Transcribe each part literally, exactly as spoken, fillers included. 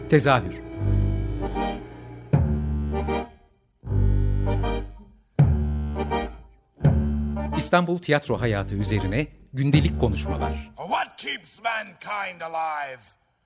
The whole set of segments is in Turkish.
Tezahür. İstanbul tiyatro hayatı üzerine gündelik konuşmalar. What keeps mankind alive?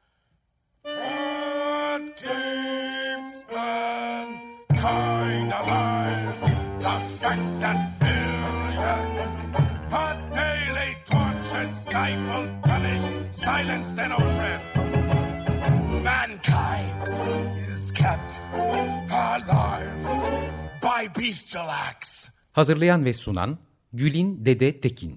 What keeps mankind alive? The fact that billions are daily tortured, stifled, punished, silenced and oppressed. Mankind is kept alive by bestial acts. Hazırlayan ve sunan Gülin Dede Tekin.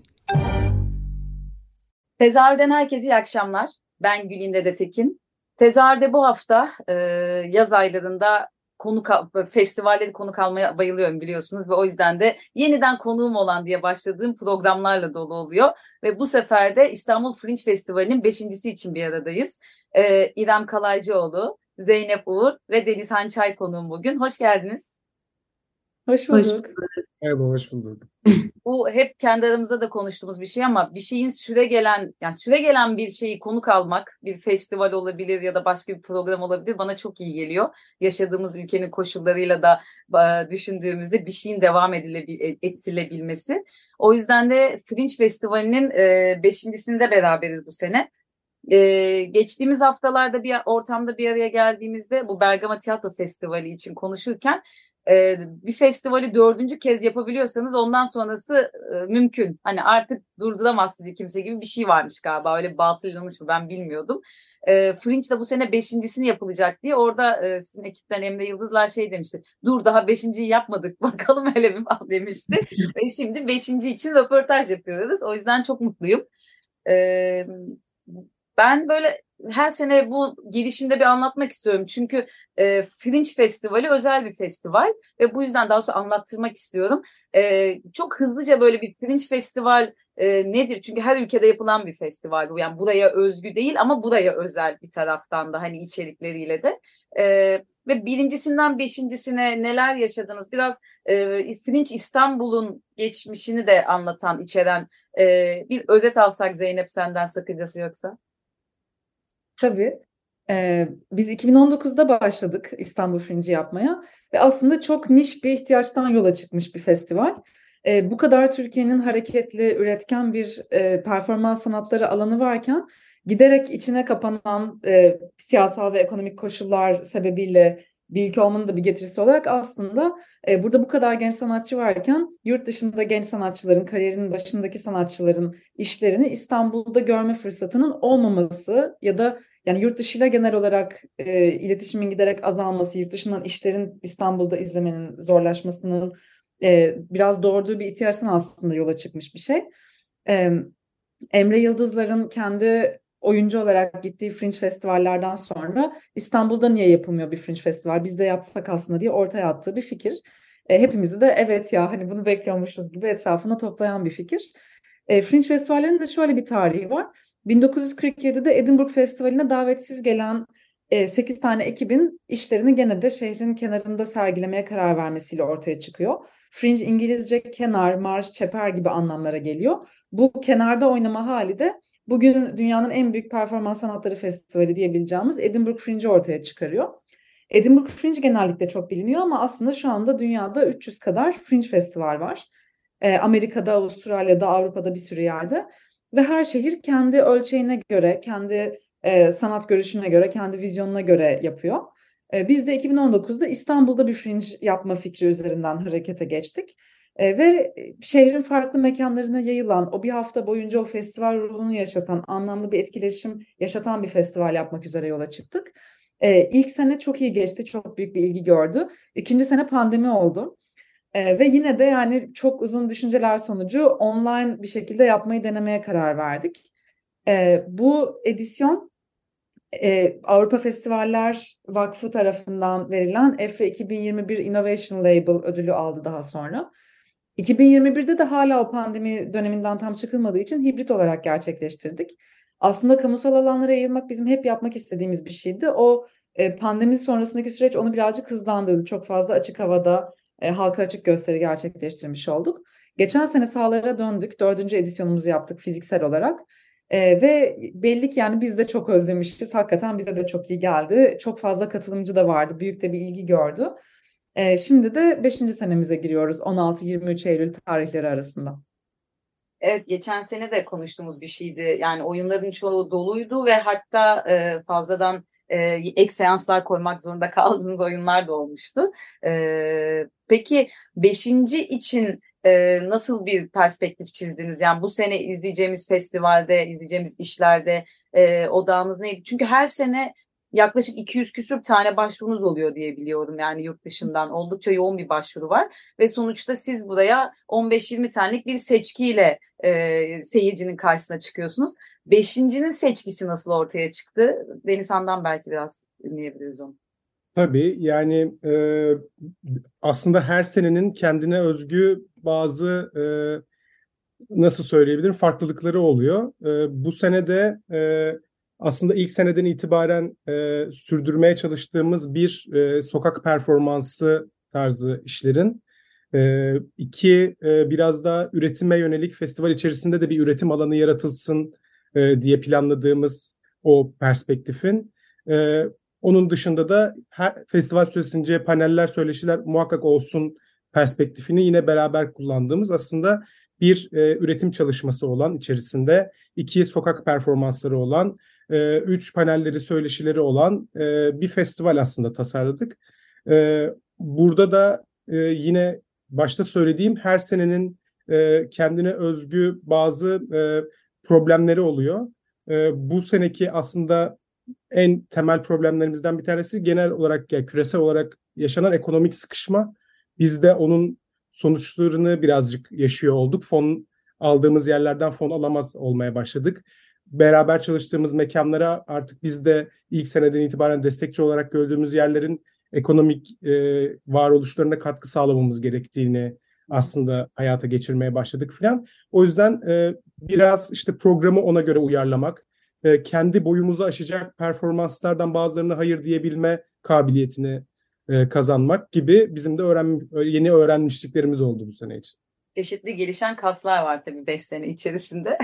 Tezahürden herkese iyi akşamlar. Ben Gülin Dede Tekin. Tezahürde bu hafta e, yaz aylarında konuk festivalleri konuk almaya bayılıyorum biliyorsunuz ve o yüzden de yeniden konuğum olan diye başladığım programlarla dolu oluyor ve bu sefer de İstanbul Fringe Festivali'nin beşincisi için bir aradayız. E, İrem Kalaycıoğlu, Zeynep Uğur ve Deniz Hançay konuğum bugün. Hoş geldiniz. Hoş bulduk. Merhaba, hoş bulduk. Bu hep kendi aramızda da konuştuğumuz bir şey ama bir şeyin süre gelen, yani süre gelen bir şeyi konuk almak, bir festival olabilir ya da başka bir program olabilir, bana çok iyi geliyor. Yaşadığımız ülkenin koşullarıyla da düşündüğümüzde bir şeyin devam edilebil- edilebilmesi. O yüzden de Fringe Festivali'nin e, beşincisinde beraberiz bu sene. Ee, geçtiğimiz haftalarda bir ortamda bir araya geldiğimizde bu Bergama Tiyatro Festivali için konuşurken e, bir festivali dördüncü kez yapabiliyorsanız ondan sonrası e, mümkün. Hani artık durduramaz sizi kimse gibi bir şey varmış galiba. Öyle bir batıl inanış mı ben bilmiyordum. E, Fringe de bu sene beşincisini yapılacak diye orada e, sizin ekipten Emre Yıldızlar şey demişti. Dur daha beşinciyi yapmadık bakalım hele bir bak demişti. Ve şimdi beşinci için röportaj yapıyoruz. O yüzden çok mutluyum. Evet. Ben böyle her sene bu girişinde bir anlatmak istiyorum. Çünkü e, Fringe Festivali özel bir festival ve bu yüzden daha sonra anlattırmak istiyorum. E, çok hızlıca böyle bir Fringe Festival e, nedir? Çünkü her ülkede yapılan bir festival bu. Yani buraya özgü değil ama buraya özel bir taraftan da hani içerikleriyle de. E, ve birincisinden beşincisine neler yaşadınız? Biraz e, Fringe İstanbul'un geçmişini de anlatan, içeren e, bir özet alsak Zeynep senden sakıncası yoksa. Tabii. Ee, biz iki bin on dokuzda başladık İstanbul Fringe'i yapmaya ve aslında çok niş bir ihtiyaçtan yola çıkmış bir festival. Ee, bu kadar Türkiye'nin hareketli, üretken bir e, performans sanatları alanı varken giderek içine kapanan e, siyasal ve ekonomik koşullar sebebiyle bir ülke olmanın da bir getirisi olarak aslında e, burada bu kadar genç sanatçı varken yurt dışında genç sanatçıların, kariyerinin başındaki sanatçıların işlerini İstanbul'da görme fırsatının olmaması ya da yani yurt dışıyla genel olarak e, iletişimin giderek azalması, yurt dışından işlerin İstanbul'da izlemenin zorlaşmasının e, biraz doğurduğu bir ihtiyaçtan aslında yola çıkmış bir şey. E, Emre Yıldızlar'ın kendi oyuncu olarak gittiği Fringe festivallerden sonra İstanbul'da niye yapılmıyor bir Fringe festival? Biz de yapsak aslında diye ortaya attığı bir fikir. E, hepimizi de evet ya hani bunu bekliyormuşuz gibi etrafına toplayan bir fikir. E, Fringe festivallerinin de şöyle bir tarihi var. bin dokuz yüz kırk yedide Edinburgh Festivali'ne davetsiz gelen e, sekiz tane ekibin işlerini gene de şehrin kenarında sergilemeye karar vermesiyle ortaya çıkıyor. Fringe İngilizce kenar, marş, çeper gibi anlamlara geliyor. Bu kenarda oynama hali de bugün dünyanın en büyük performans sanatları festivali diyebileceğimiz Edinburgh Fringe'i ortaya çıkarıyor. Edinburgh Fringe genellikle çok biliniyor ama aslında şu anda dünyada üç yüz kadar Fringe festival var. E, Amerika'da, Avustralya'da, Avrupa'da bir sürü yerde. Ve her şehir kendi ölçeğine göre, kendi e, sanat görüşüne göre, kendi vizyonuna göre yapıyor. E, biz de iki bin on dokuzda İstanbul'da bir Fringe yapma fikri üzerinden harekete geçtik. E, ve şehrin farklı mekanlarına yayılan, o bir hafta boyunca o festival ruhunu yaşatan, anlamlı bir etkileşim yaşatan bir festival yapmak üzere yola çıktık. E, ilk sene çok iyi geçti, çok büyük bir ilgi gördü. İkinci sene pandemi oldu. Ee, ve yine de yani çok uzun düşünceler sonucu online bir şekilde yapmayı denemeye karar verdik. Ee, bu edisyon e, Avrupa Festivaller Vakfı tarafından verilen EFE iki bin yirmi bir Innovation Label ödülü aldı daha sonra. iki bin yirmi birde de hala o pandemi döneminden tam çıkılmadığı için hibrit olarak gerçekleştirdik. Aslında kamusal alanlara yayılmak bizim hep yapmak istediğimiz bir şeydi. O e, pandemi sonrasındaki süreç onu birazcık hızlandırdı. Çok fazla açık havada E, halka açık gösteri gerçekleştirmiş olduk. Geçen sene sahalara döndük. Dördüncü edisyonumuzu yaptık fiziksel olarak. Ee, ve belli ki yani biz de çok özlemişiz. Hakikaten bize de çok iyi geldi. Çok fazla katılımcı da vardı. Büyük de bir ilgi gördü. Ee, şimdi de beşinci senemize giriyoruz on altı yirmi üç Eylül tarihleri arasında. Evet, geçen sene de konuştuğumuz bir şeydi. Yani oyunların çoğu doluydu ve hatta e, fazladan e, ek seanslar koymak zorunda kaldığınız oyunlar da olmuştu. E, peki beşinci için e, nasıl bir perspektif çizdiniz? Yani bu sene izleyeceğimiz festivalde, izleyeceğimiz işlerde e, odağınız neydi? Çünkü her sene yaklaşık iki yüz küsür tane başvurunuz oluyor diye biliyorum. Yani yurt dışından oldukça yoğun bir başvuru var. Ve sonuçta siz buraya on beş yirmi tanelik bir seçkiyle e, seyircinin karşısına çıkıyorsunuz. Beşincinin seçkisi nasıl ortaya çıktı? Denizhan'dan belki biraz dinleyebiliriz onu. Tabii yani e, aslında her senenin kendine özgü bazı e, nasıl söyleyebilirim farklılıkları oluyor. E, bu sene de e, aslında ilk seneden itibaren e, sürdürmeye çalıştığımız bir e, sokak performansı tarzı işlerin. E, iki e, biraz daha üretime yönelik festival içerisinde de bir üretim alanı yaratılsın e, diye planladığımız o perspektifin. E, onun dışında da her festival süresince paneller, söyleşiler muhakkak olsun perspektifini yine beraber kullandığımız aslında bir e, üretim çalışması olan içerisinde iki sokak performansları olan, e, üç panelleri, söyleşileri olan e, bir festival aslında tasarladık. E, burada da e, yine başta söylediğim her senenin e, kendine özgü bazı e, problemleri oluyor. E, bu seneki aslında en temel problemlerimizden bir tanesi genel olarak yani küresel olarak yaşanan ekonomik sıkışma. Biz de onun sonuçlarını birazcık yaşıyor olduk. Fon aldığımız yerlerden fon alamaz olmaya başladık. Beraber çalıştığımız mekanlara artık biz de ilk seneden itibaren destekçi olarak gördüğümüz yerlerin ekonomik e, varoluşlarına katkı sağlamamız gerektiğini aslında hayata geçirmeye başladık falan. O yüzden e, biraz işte programı ona göre uyarlamak, e, kendi boyumuzu aşacak performanslardan bazılarına hayır diyebilme kabiliyetini e, kazanmak gibi bizim de öğren yeni öğrenmişliklerimiz oldu bu sene için. Çeşitli gelişen kaslar var tabii beş sene içerisinde.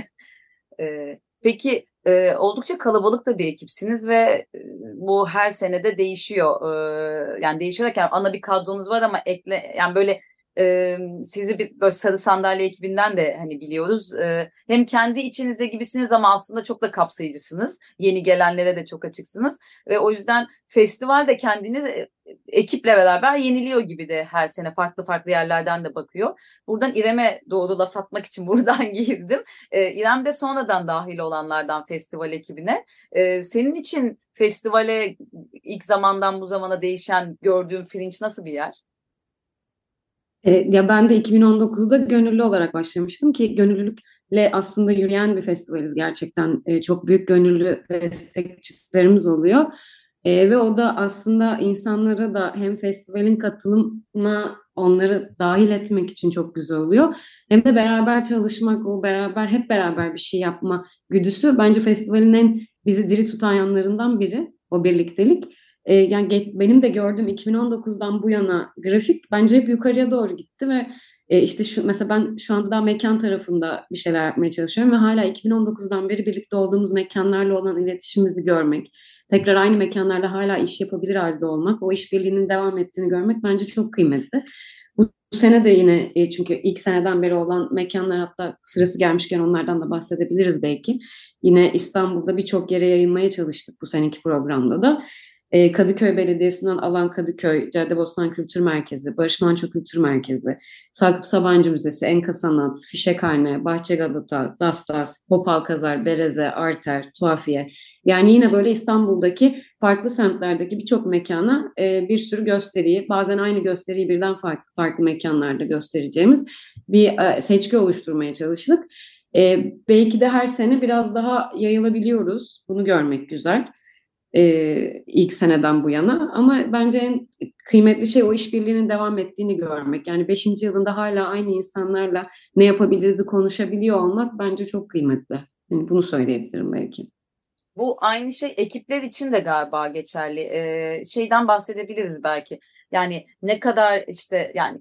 e, peki e, oldukça kalabalık da bir ekipsiniz ve e, bu her senede değişiyor. E, yani değişiyor derken ana bir kadronuz var ama ekle yani böyle e, sizi bir böyle sarı sandalye ekibinden de hani biliyoruz. E, hem kendi içinizde gibisiniz ama aslında çok da kapsayıcısınız. Yeni gelenlere de çok açıksınız ve o yüzden festival de kendiniz e, ekiple beraber yeniliyor gibi de her sene farklı farklı yerlerden de bakıyor. Buradan İrem'e doğru laf atmak için buradan girdim. Ee, İrem de sonradan dahil olanlardan festival ekibine. Ee, senin için festivale ilk zamandan bu zamana değişen gördüğün Fringe nasıl bir yer? E, ya ben de iki bin on dokuzda gönüllü olarak başlamıştım ki gönüllülükle aslında yürüyen bir festivaliz gerçekten. E, çok büyük gönüllü destekçilerimiz oluyor. E, ve o da aslında insanları da hem festivalin katılımına onları dahil etmek için çok güzel oluyor. Hem de beraber çalışmak, o beraber hep beraber bir şey yapma güdüsü bence festivalin en bizi diri tutan yanlarından biri, o birliktelik. E, yani ge- benim de gördüğüm iki bin on dokuzdan bu yana grafik bence hep yukarıya doğru gitti ve e, işte şu mesela ben şu anda daha mekan tarafında bir şeyler yapmaya çalışıyorum ve hala iki bin on dokuzdan beri birlikte olduğumuz mekanlarla olan iletişimimizi görmek, tekrar aynı mekanlarda hala iş yapabilir halde olmak, o işbirliğinin devam ettiğini görmek bence çok kıymetli. Bu, bu sene de yine e, çünkü ilk seneden beri olan mekanlar, hatta sırası gelmişken onlardan da bahsedebiliriz belki. Yine İstanbul'da birçok yere yayılmaya çalıştık bu seneki programda da. Kadıköy Belediyesi'nden Alan Kadıköy, Caddebostan Kültür Merkezi, Barış Manço Kültür Merkezi, Sakıp Sabancı Müzesi, Enka Sanat, Fişekhane, Bahçe Galata, Dastas, Pop Alkazar, Bereze, Arter, Tuhafiye. Yani yine böyle İstanbul'daki farklı semtlerdeki birçok mekana e, bir sürü gösteriyi, bazen aynı gösteriyi birden farklı, farklı mekanlarda göstereceğimiz bir e, seçki oluşturmaya çalıştık. E, belki de her sene biraz daha yayılabiliyoruz. Bunu görmek güzel. Ee, ilk seneden bu yana, ama bence en kıymetli şey o işbirliğinin devam ettiğini görmek. Yani beşinci yılında hala aynı insanlarla ne yapabiliriz'i konuşabiliyor olmak bence çok kıymetli. Yani bunu söyleyebilirim belki. Bu aynı şey ekipler için de galiba geçerli. Ee, şeyden bahsedebiliriz belki. Yani ne kadar işte yani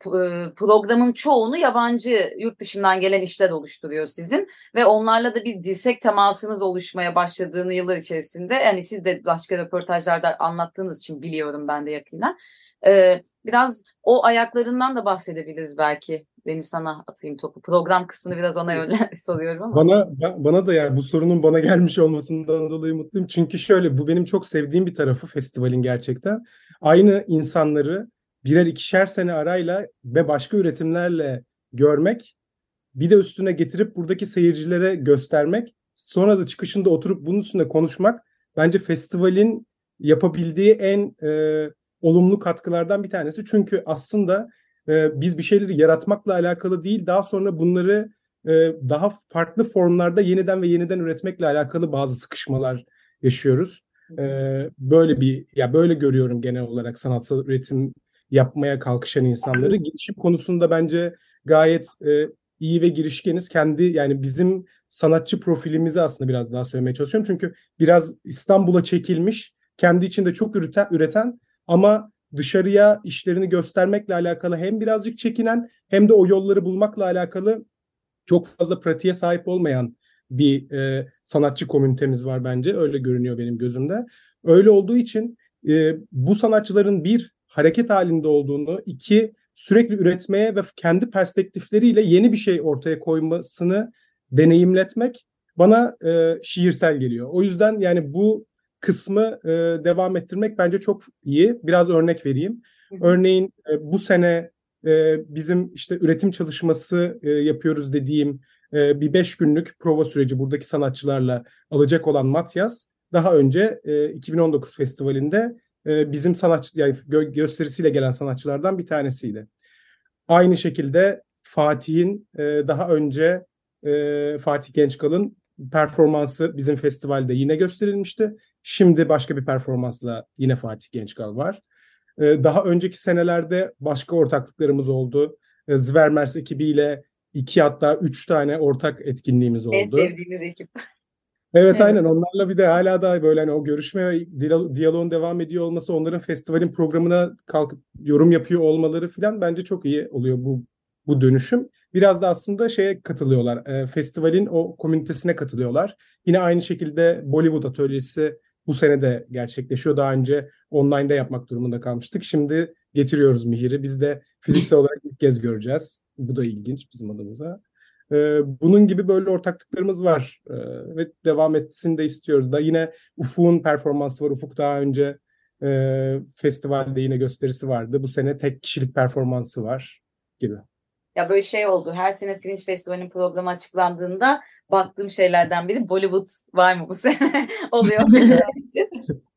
programın çoğunu yabancı yurt dışından gelen işler oluşturuyor sizin ve onlarla da bir dirsek temasınız oluşmaya başladığını yıllar içerisinde, yani siz de başka röportajlarda anlattığınız için biliyorum ben de yakından. Ee, biraz o ayaklarından da bahsedebiliriz belki. Deniz, sana atayım topu. Program kısmını biraz ona yönlen soruyorum ama. Bana bana da yani bu sorunun bana gelmiş olmasından dolayı mutluyum. Çünkü şöyle, bu benim çok sevdiğim bir tarafı festivalin gerçekten. Aynı insanları birer ikişer sene arayla ve başka üretimlerle görmek, bir de üstüne getirip buradaki seyircilere göstermek, sonra da çıkışında oturup bunun üstüne konuşmak bence festivalin yapabildiği en e, olumlu katkılardan bir tanesi. Çünkü aslında e, biz bir şeyleri yaratmakla alakalı değil, daha sonra bunları e, daha farklı formlarda yeniden ve yeniden üretmekle alakalı bazı sıkışmalar yaşıyoruz. E, böyle bir ya böyle görüyorum genel olarak sanatsal üretim yapmaya kalkışan insanları. Girişim konusunda bence gayet e, iyi ve girişkeniz. Kendi yani bizim sanatçı profilimizi aslında biraz daha söylemeye çalışıyorum. Çünkü biraz İstanbul'a çekilmiş, kendi içinde çok üreten, üreten ama dışarıya işlerini göstermekle alakalı hem birazcık çekinen hem de o yolları bulmakla alakalı çok fazla pratiğe sahip olmayan bir e, sanatçı komünitemiz var bence. Öyle görünüyor benim gözümde. Öyle olduğu için e, bu sanatçıların bir, hareket halinde olduğunu, iki, sürekli üretmeye ve kendi perspektifleriyle yeni bir şey ortaya koymasını deneyimletmek bana e, şiirsel geliyor. O yüzden yani bu kısmı e, devam ettirmek bence çok iyi. Biraz örnek vereyim. Örneğin e, bu sene e, bizim işte üretim çalışması e, yapıyoruz dediğim e, bir beş günlük prova süreci buradaki sanatçılarla alacak olan Matyas, daha önce e, iki bin on dokuz festivalinde e, bizim sanatçı yani gö- gösterisiyle gelen sanatçılardan bir tanesiydi. Aynı şekilde Fatih'in e, daha önce e, Fatih Gençkal'ın performansı bizim festivalde yine gösterilmişti. Şimdi başka bir performansla yine Fatih Gençkal var. E, daha önceki senelerde başka ortaklıklarımız oldu. E, Zvermers ekibiyle iki hatta üç tane ortak etkinliğimiz oldu. En sevdiğimiz ekip. Evet, Evet. aynen, onlarla bir de hala da böyle hani o görüşme ve diyalo- diyaloğun devam ediyor olması, onların festivalin programına kalkıp yorum yapıyor olmaları falan bence çok iyi oluyor bu bu dönüşüm. Biraz da aslında şeye katılıyorlar, e, festivalin o komünitesine katılıyorlar. Yine aynı şekilde Bollywood atölyesi bu sene de gerçekleşiyor. Daha önce online'da yapmak durumunda kalmıştık. Şimdi getiriyoruz Mihir'i. Biz de fiziksel olarak ilk kez göreceğiz. Bu da ilginç bizim adımıza. Ee, bunun gibi böyle ortaklıklarımız var ee, ve devam etsin de istiyoruz. Da yine Ufuk'un performansı var. Ufuk daha önce e, festivalde yine gösterisi vardı. Bu sene tek kişilik performansı var gibi. Ya böyle şey oldu. Her sene Fringe Festival'in programı açıklandığında baktığım şeylerden biri Bollywood var mı bu sene oluyor benim için.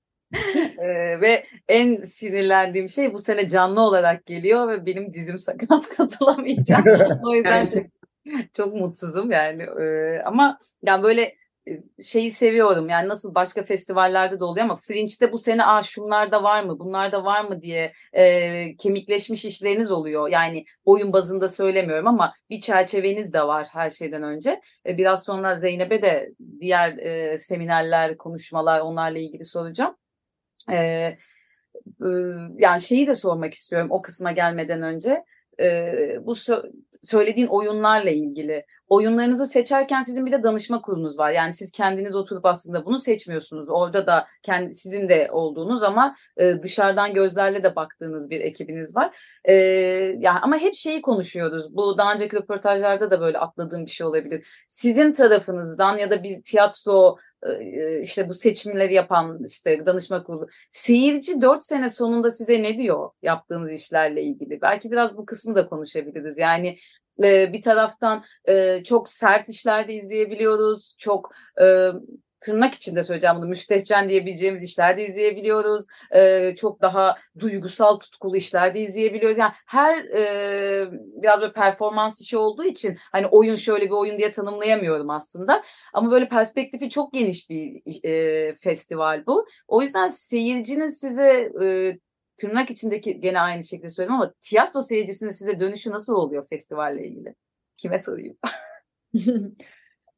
Ee, ve en sinirlendiğim şey bu sene canlı olarak geliyor ve benim dizim sakat, katılamayacağım. O yüzden çok, çok mutsuzum yani. Ee, ama yani böyle şeyi seviyorum yani, nasıl başka festivallerde de oluyor ama Fringe'de bu sene aa şunlar da var mı, bunlar da var mı diye e, kemikleşmiş işleriniz oluyor. Yani oyun bazında söylemiyorum ama bir çerçeveniz de var her şeyden önce. E, biraz sonra Zeynep'e de diğer e, seminerler, konuşmalar, onlarla ilgili soracağım. Ee, e, yani şeyi de sormak istiyorum o kısma gelmeden önce. Ee, bu sö- söylediğin oyunlarla ilgili. Oyunlarınızı seçerken sizin bir de danışma kurulunuz var. Yani siz kendiniz oturup aslında bunu seçmiyorsunuz. Orada da kendi, sizin de olduğunuz ama e, dışarıdan gözlerle de baktığınız bir ekibiniz var. Ee, yani ama hep şeyi konuşuyoruz. Bu daha önceki röportajlarda da böyle atladığım bir şey olabilir. Sizin tarafınızdan ya da bir tiyatro, işte bu seçimleri yapan işte danışma kurulu, seyirci dört sene sonunda size ne diyor yaptığınız işlerle ilgili? Belki biraz bu kısmı da konuşabiliriz. Yani bir taraftan çok sert işler de izleyebiliyoruz. Çok tırnak içinde söyleyeceğim bunu, müstehcen diyebileceğimiz işler de izleyebiliyoruz. Ee, çok daha duygusal, tutkulu işler de izleyebiliyoruz. Yani her e, biraz böyle performans işi olduğu için hani oyun şöyle bir oyun diye tanımlayamıyorum aslında. Ama böyle perspektifi çok geniş bir e, festival bu. O yüzden seyircinin size e, tırnak içindeki, gene aynı şekilde söyleyeyim ama tiyatro seyircisinin size dönüşü nasıl oluyor festivalle ilgili? Kime sorayım?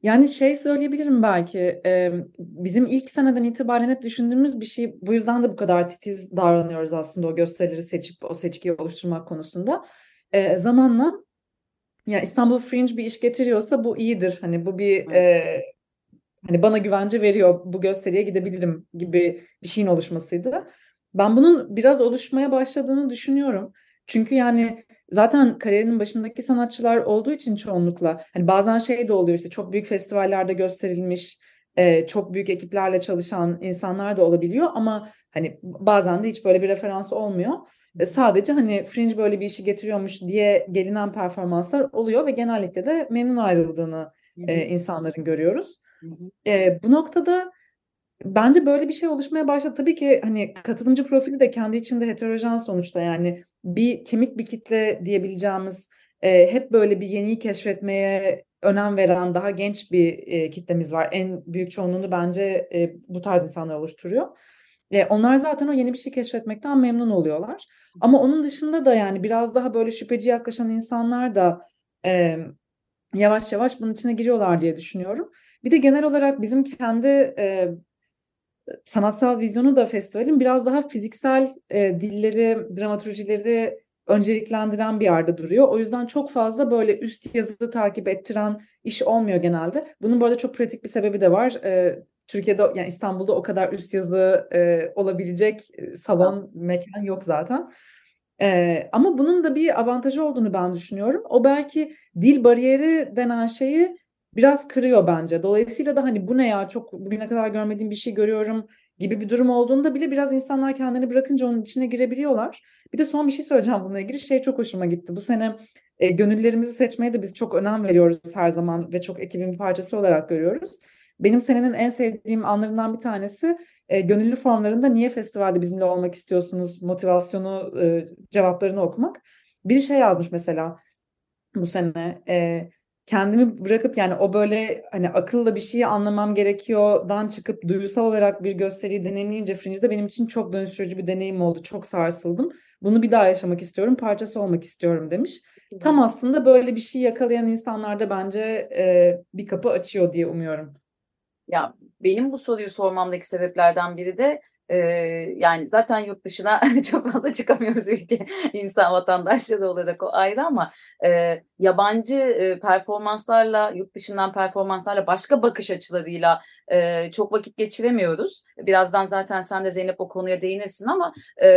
Yani şey söyleyebilirim belki, e, bizim ilk seneden itibaren hep düşündüğümüz bir şey, bu yüzden de bu kadar titiz davranıyoruz aslında o gösterileri seçip o seçkiyi oluşturmak konusunda. E, zamanla ya İstanbul Fringe bir iş getiriyorsa bu iyidir. Hani bu bir e, hani bana güvence veriyor, bu gösteriye gidebilirim gibi bir şeyin oluşmasıydı. Ben bunun biraz oluşmaya başladığını düşünüyorum. Çünkü yani zaten kariyerinin başındaki sanatçılar olduğu için çoğunlukla hani bazen şey de oluyor, işte çok büyük festivallerde gösterilmiş, e, çok büyük ekiplerle çalışan insanlar da olabiliyor ama hani bazen de hiç böyle bir referans olmuyor. E, sadece hani Fringe böyle bir işi getiriyormuş diye gelinen performanslar oluyor ve genellikle de memnun ayrıldığını e, insanların görüyoruz. E, bu noktada bence böyle bir şey oluşmaya başladı. Tabii ki hani katılımcı profili de kendi içinde heterojen sonuçta, yani bir kemik bir kitle diyebileceğimiz, e, hep böyle bir yeniyi keşfetmeye önem veren daha genç bir e, kitlemiz var. En büyük çoğunluğunu bence e, bu tarz insanlar oluşturuyor. E, onlar zaten o yeni bir şey keşfetmekten memnun oluyorlar. Ama onun dışında da yani biraz daha böyle şüpheci yaklaşan insanlar da e, yavaş yavaş bunun içine giriyorlar diye düşünüyorum. Bir de genel olarak bizim kendi e, sanatsal vizyonu da festivalin biraz daha fiziksel e, dilleri, dramaturjileri önceliklendiren bir yerde duruyor. O yüzden çok fazla böyle üst yazı takip ettiren iş olmuyor genelde. Bunun bu arada çok pratik bir sebebi de var. E, Türkiye'de, yani İstanbul'da o kadar üst yazı e, olabilecek salon, mekan yok zaten. E, ama bunun da bir avantajı olduğunu ben düşünüyorum. O belki dil bariyeri denen şeyi biraz kırıyor bence. Dolayısıyla da hani bu ne ya, çok bugüne kadar görmediğim bir şey görüyorum gibi bir durum olduğunda bile biraz insanlar kendini bırakınca onun içine girebiliyorlar. Bir de son bir şey söyleyeceğim bununla ilgili. Şey çok hoşuma gitti. Bu sene e, gönüllerimizi seçmeye de biz çok önem veriyoruz her zaman ve çok ekibin bir parçası olarak görüyoruz. Benim senenin en sevdiğim anlarından bir tanesi e, gönüllü formlarında niye festivalde bizimle olmak istiyorsunuz motivasyonu e, cevaplarını okumak. Biri şey yazmış mesela bu sene, e, kendimi bırakıp, yani o böyle hani akılla bir şeyi anlamam gerekiyordan çıkıp duygusal olarak bir gösteriyi deneyimleyince Fringe'de benim için çok dönüştürücü bir deneyim oldu. Çok sarsıldım. Bunu bir daha yaşamak istiyorum, parçası olmak istiyorum demiş. Tam aslında böyle bir şey yakalayan insanlarda bence e, bir kapı açıyor diye umuyorum. Ya benim bu soruyu sormamdaki sebeplerden biri de e, yani zaten yurt dışına çok fazla çıkamıyoruz ülke insan vatandaşları olarak, o ayrı, ama e, yabancı e, performanslarla, yurt dışından performanslarla, başka bakış açılarıyla e, çok vakit geçiremiyoruz. Birazdan zaten sen de Zeynep o konuya değinirsin ama e,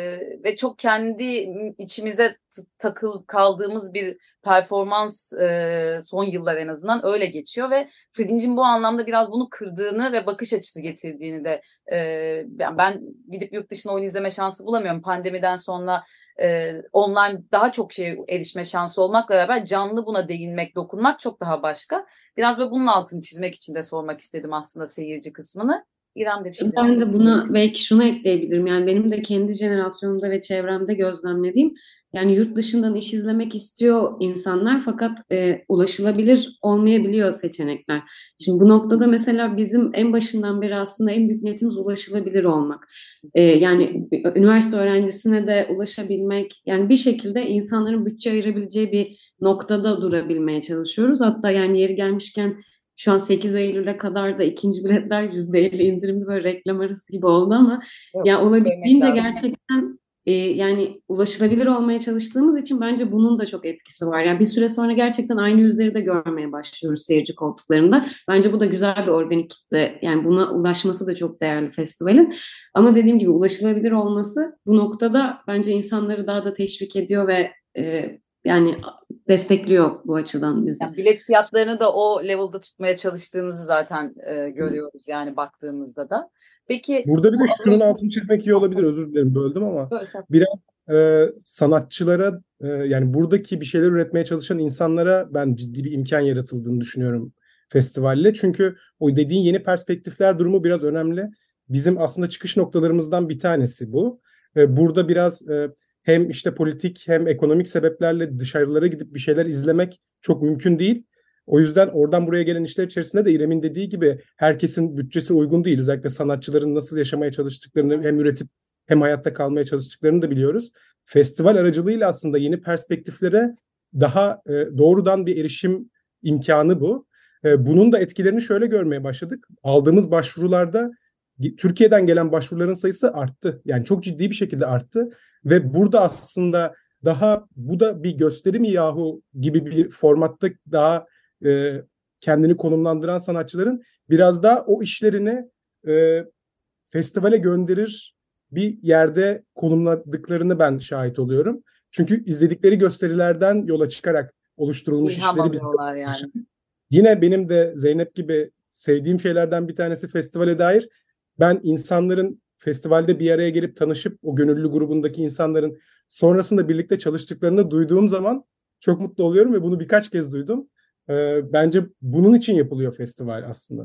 ve çok kendi içimize takıl kaldığımız bir performans e, son yıllar en azından öyle geçiyor ve Fringe'in bu anlamda biraz bunu kırdığını ve bakış açısı getirdiğini de e, yani ben gidip yurt dışına oyun izleme şansı bulamıyorum. Pandemiden sonra e, online daha çok şeye erişme şansı olmakla beraber canlı buna değinmek, dokunmak çok daha başka. Biraz böyle bunun altını çizmek için de sormak istedim aslında seyirci kısmını. İrem de bir şey. Ben de buna belki şunu ekleyebilirim. Yani benim de kendi jenerasyonumda ve çevremde gözlemlediğim, yani yurt dışından iş izlemek istiyor insanlar fakat e, ulaşılabilir olmayabiliyor seçenekler. Şimdi bu noktada mesela bizim en başından beri aslında en büyük niyetimiz ulaşılabilir olmak. E, yani üniversite öğrencisine de ulaşabilmek, yani bir şekilde insanların bütçe ayırabileceği bir noktada durabilmeye çalışıyoruz. Hatta yani yeri gelmişken şu an sekiz Eylül'e kadar da ikinci biletler yüzde elli indirimli, böyle reklam arası gibi oldu ama Yok, ya olabildiğince lazım. gerçekten e, yani ulaşılabilir olmaya çalıştığımız için bence bunun da çok etkisi var. Yani bir süre sonra gerçekten aynı yüzleri de görmeye başlıyoruz seyirci koltuklarında. Bence bu da güzel bir organik kitle. Yani buna ulaşması da çok değerli festivalin. Ama dediğim gibi ulaşılabilir olması bu noktada bence insanları daha da teşvik ediyor ve e, yani destekliyor bu açıdan bizi. Yani bilet fiyatlarını da o level'da tutmaya çalıştığınızı zaten e, görüyoruz yani baktığımızda da. Peki Burada bir de bu- şunun altını çizmek iyi olabilir. Özür dilerim, böldüm ama Böyle- biraz e, sanatçılara e, yani buradaki bir şeyler üretmeye çalışan insanlara ben ciddi bir imkan yaratıldığını düşünüyorum festivalle. Çünkü o dediğin yeni perspektifler durumu biraz önemli. Bizim aslında çıkış noktalarımızdan bir tanesi bu. E, burada biraz e, hem işte politik hem ekonomik sebeplerle dışarılara gidip bir şeyler izlemek çok mümkün değil. O yüzden oradan buraya gelen işler içerisinde de İrem'in dediği gibi herkesin bütçesi uygun değil. Özellikle sanatçıların nasıl yaşamaya çalıştıklarını, hem üretip hem hayatta kalmaya çalıştıklarını da biliyoruz. Festival aracılığıyla aslında yeni perspektiflere daha e, doğrudan bir erişim imkanı bu. E, bunun da etkilerini şöyle görmeye başladık. Aldığımız başvurularda Türkiye'den gelen başvuruların sayısı arttı. Yani çok ciddi bir şekilde arttı ve burada aslında daha bu da bir gösteri mi yahu gibi bir formatta daha e, kendini konumlandıran sanatçıların biraz daha o işlerini e, festivale gönderir bir yerde konumladıklarını ben şahit oluyorum. Çünkü izledikleri gösterilerden yola çıkarak oluşturulmuş İlham işleri biz alıyorlar yani. Yine benim de Zeynep gibi sevdiğim şeylerden bir tanesi festivale dair. Ben insanların festivalde bir araya gelip tanışıp o gönüllü grubundaki insanların sonrasında birlikte çalıştıklarını duyduğum zaman çok mutlu oluyorum ve bunu birkaç kez duydum. Ee, bence bunun için yapılıyor festival aslında.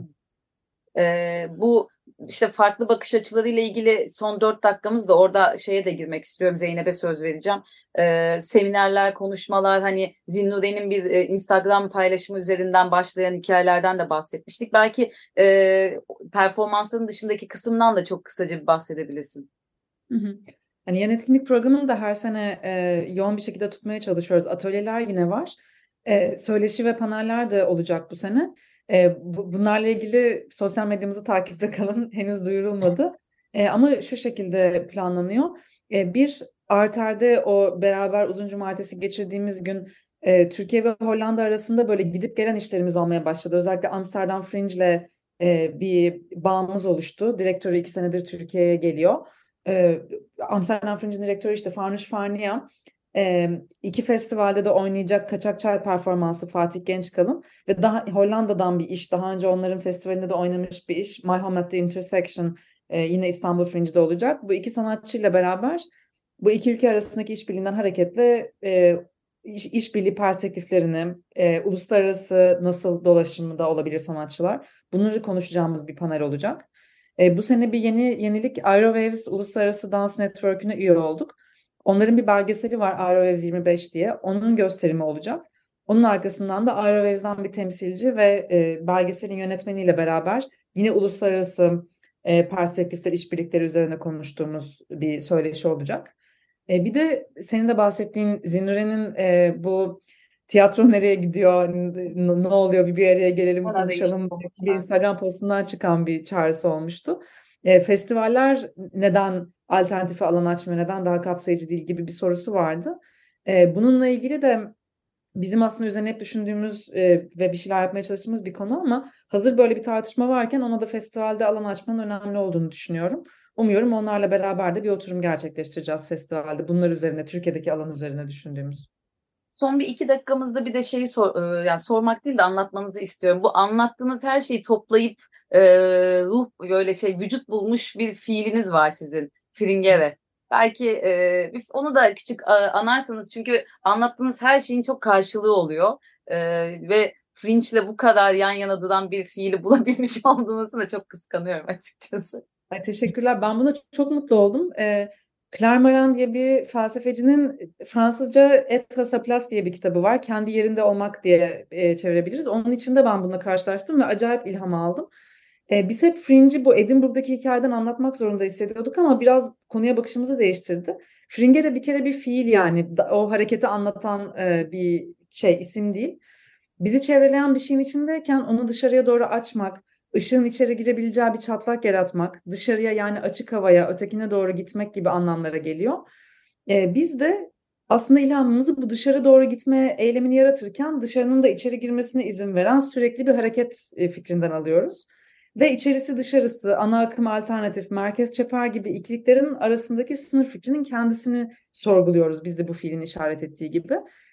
Ee, bu işte farklı bakış açılarıyla ilgili son dört dakikamız da orada şeye de girmek istiyorum. Zeynep'e söz vereceğim. Ee, seminerler, konuşmalar, hani Zinnure'nin bir e, Instagram paylaşımı üzerinden başlayan hikayelerden de bahsetmiştik. Belki e, performansının dışındaki kısımdan da çok kısaca bir bahsedebilirsin. Hı hı. Hani yan etkinlik programını da her sene e, yoğun bir şekilde tutmaya çalışıyoruz. Atölyeler yine var. E, söyleşi ve paneller de olacak bu sene. E, bu, bunlarla ilgili sosyal medyamızı takipte kalın. Henüz duyurulmadı. E, ama şu şekilde planlanıyor. E, bir, Arter'de o beraber uzun cumartesi geçirdiğimiz gün e, Türkiye ve Hollanda arasında böyle gidip gelen işlerimiz olmaya başladı. Özellikle Amsterdam Fringe'le e, bir bağımız oluştu. Direktörü iki senedir Türkiye'ye geliyor. Ee, Amsterdam Fringe'in direktörü işte Farnuş Farnia e, iki festivalde de oynayacak Kaçak Çay performansı Fatih Gençkalın ve daha Hollanda'dan bir iş, daha önce onların festivalinde de oynamış bir iş, My Home at the Intersection e, yine İstanbul Fringe'de olacak. Bu iki sanatçıyla beraber bu iki ülke arasındaki işbirliğinden hareketle e, iş, işbirliği perspektiflerini, e, uluslararası nasıl dolaşımda olabilir sanatçılar, bunları konuşacağımız bir panel olacak. E, bu sene bir yeni yenilik Aerowaves Uluslararası Dans Network'üne üye olduk. Onların bir belgeseli var Aerowaves yirmi beş diye. Onun gösterimi olacak. Onun arkasından da Aerovaves'dan bir temsilci ve e, belgeselin yönetmeniyle beraber yine uluslararası e, perspektifler, işbirlikleri üzerine konuştuğumuz bir söyleşi olacak. E, bir de senin de bahsettiğin Zinnure'nin e, bu tiyatro nereye gidiyor, n- ne oluyor bir bir araya gelelim Ona da konuşalım işte. bir Instagram postundan çıkan bir çağrısı olmuştu. E, festivaller neden alternatife alan açmıyor, neden daha kapsayıcı değil gibi bir sorusu vardı. E, bununla ilgili de bizim aslında üzerine hep düşündüğümüz e, ve bir şeyler yapmaya çalıştığımız bir konu ama hazır böyle bir tartışma varken ona da festivalde alan açmanın önemli olduğunu düşünüyorum. Umuyorum onlarla beraber de bir oturum gerçekleştireceğiz festivalde. Bunlar üzerine, Türkiye'deki alan üzerine düşündüğümüz. Son bir iki dakikamızda bir de şeyi sor, yani sormak değil de anlatmanızı istiyorum. Bu anlattığınız her şeyi toplayıp e, ruh böyle şey vücut bulmuş bir fiiliniz var sizin. Fringere. Belki e, onu da küçük e, anarsanız çünkü anlattığınız her şeyin çok karşılığı oluyor. E, ve Fringe'le bu kadar yan yana duran bir fiili bulabilmiş olduğunuzu da çok kıskanıyorum açıkçası. Ay, teşekkürler. Ben buna çok mutlu oldum. Ee, Claire Morin diye bir felsefecinin Fransızca Être sa place diye bir kitabı var. Kendi yerinde olmak diye e, çevirebiliriz. Onun içinde ben bununla karşılaştım ve acayip ilham aldım. Ee, biz hep Fringe'i bu Edinburgh'daki hikayeden anlatmak zorunda hissediyorduk ama biraz konuya bakışımızı değiştirdi. Fringere bir kere bir fiil, yani o hareketi anlatan e, bir şey, isim değil. Bizi çevreleyen bir şeyin içindeyken onu dışarıya doğru açmak, ışığın içeri girebileceği bir çatlak yaratmak, dışarıya yani açık havaya, ötekine doğru gitmek gibi anlamlara geliyor. Ee, biz de aslında ilhamımızı bu dışarı doğru gitme eylemini yaratırken dışarının da içeri girmesine izin veren sürekli bir hareket e, fikrinden alıyoruz. Ve içerisi dışarısı, ana akım alternatif, merkez çeper gibi ikiliklerin arasındaki sınır fikrinin kendisini sorguluyoruz biz de bu fiilin işaret ettiği gibi.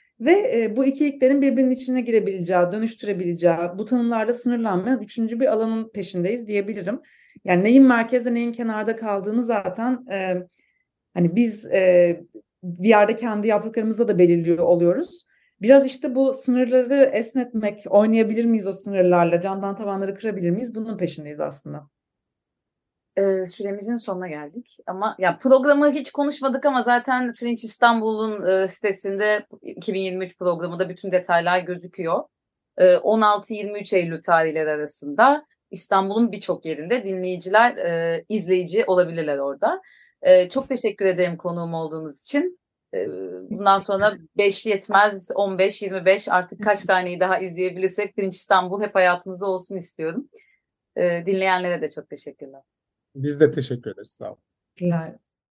Ve e, bu iki ilklerin birbirinin içine girebileceği, dönüştürebileceği, bu tanımlarda sınırlanmayan üçüncü bir alanın peşindeyiz diyebilirim. Yani neyin merkezde neyin kenarda kaldığını zaten e, hani biz e, bir yerde kendi yaptıklarımızda da belirliyor oluyoruz. Biraz işte bu sınırları esnetmek, oynayabilir miyiz o sınırlarla, camdan tavanları kırabilir miyiz? Bunun peşindeyiz aslında. Ee, süremizin sonuna geldik ama ya programı hiç konuşmadık ama zaten Fringe İstanbul'un e, sitesinde iki bin yirmi üç programında bütün detaylar gözüküyor. E, on altı yirmi üç Eylül tarihleri arasında İstanbul'un birçok yerinde dinleyiciler, e, izleyici olabilirler orada. E, çok teşekkür ederim konuğum olduğunuz için. Ee, Bundan sonra beş yetmez, on beş, yirmi beş artık kaç taneyi daha izleyebilirsek Fringe İstanbul hep hayatımızda olsun istiyorum. Ee, Dinleyenlere de çok teşekkürler. Biz de teşekkür ederiz. Sağ olun. Teşekkürler.